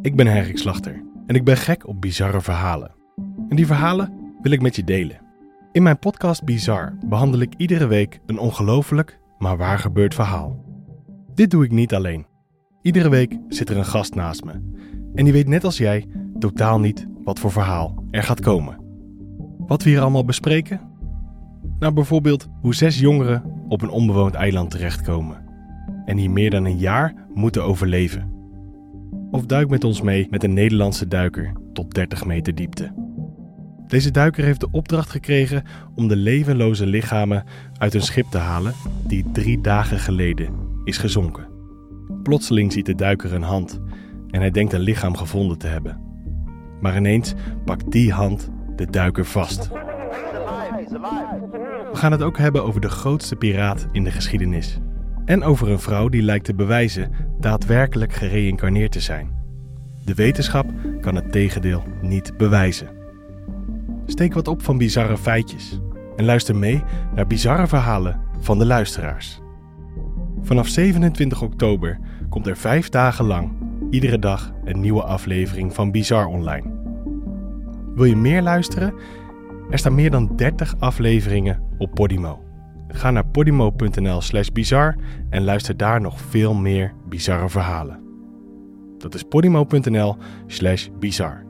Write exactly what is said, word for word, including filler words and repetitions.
Ik ben Henrik Slachter en ik ben gek op bizarre verhalen. En die verhalen wil ik met je delen. In mijn podcast Bizar behandel ik iedere week een ongelooflijk, maar waar gebeurd verhaal. Dit doe ik niet alleen. Iedere week zit er een gast naast me. En die weet net als jij totaal niet wat voor verhaal er gaat komen. Wat we hier allemaal bespreken? Nou, bijvoorbeeld hoe zes jongeren op een onbewoond eiland terechtkomen. En hier meer dan een jaar moeten overleven. Of duik met ons mee met een Nederlandse duiker tot dertig meter diepte. Deze duiker heeft de opdracht gekregen om de levenloze lichamen uit een schip te halen die drie dagen geleden is gezonken. Plotseling ziet de duiker een hand en hij denkt een lichaam gevonden te hebben. Maar ineens pakt die hand de duiker vast. We gaan het ook hebben over de grootste piraat in de geschiedenis. En over een vrouw die lijkt te bewijzen daadwerkelijk gereïncarneerd te zijn. De wetenschap kan het tegendeel niet bewijzen. Steek wat op van bizarre feitjes en luister mee naar bizarre verhalen van de luisteraars. Vanaf zevenentwintig oktober komt er vijf dagen lang iedere dag een nieuwe aflevering van Bizar online. Wil je meer luisteren? Er staan meer dan dertig afleveringen op Podimo. Ga naar podimo.nl slash bizar en luister daar nog veel meer bizarre verhalen. Dat is podimo.nl slash bizar.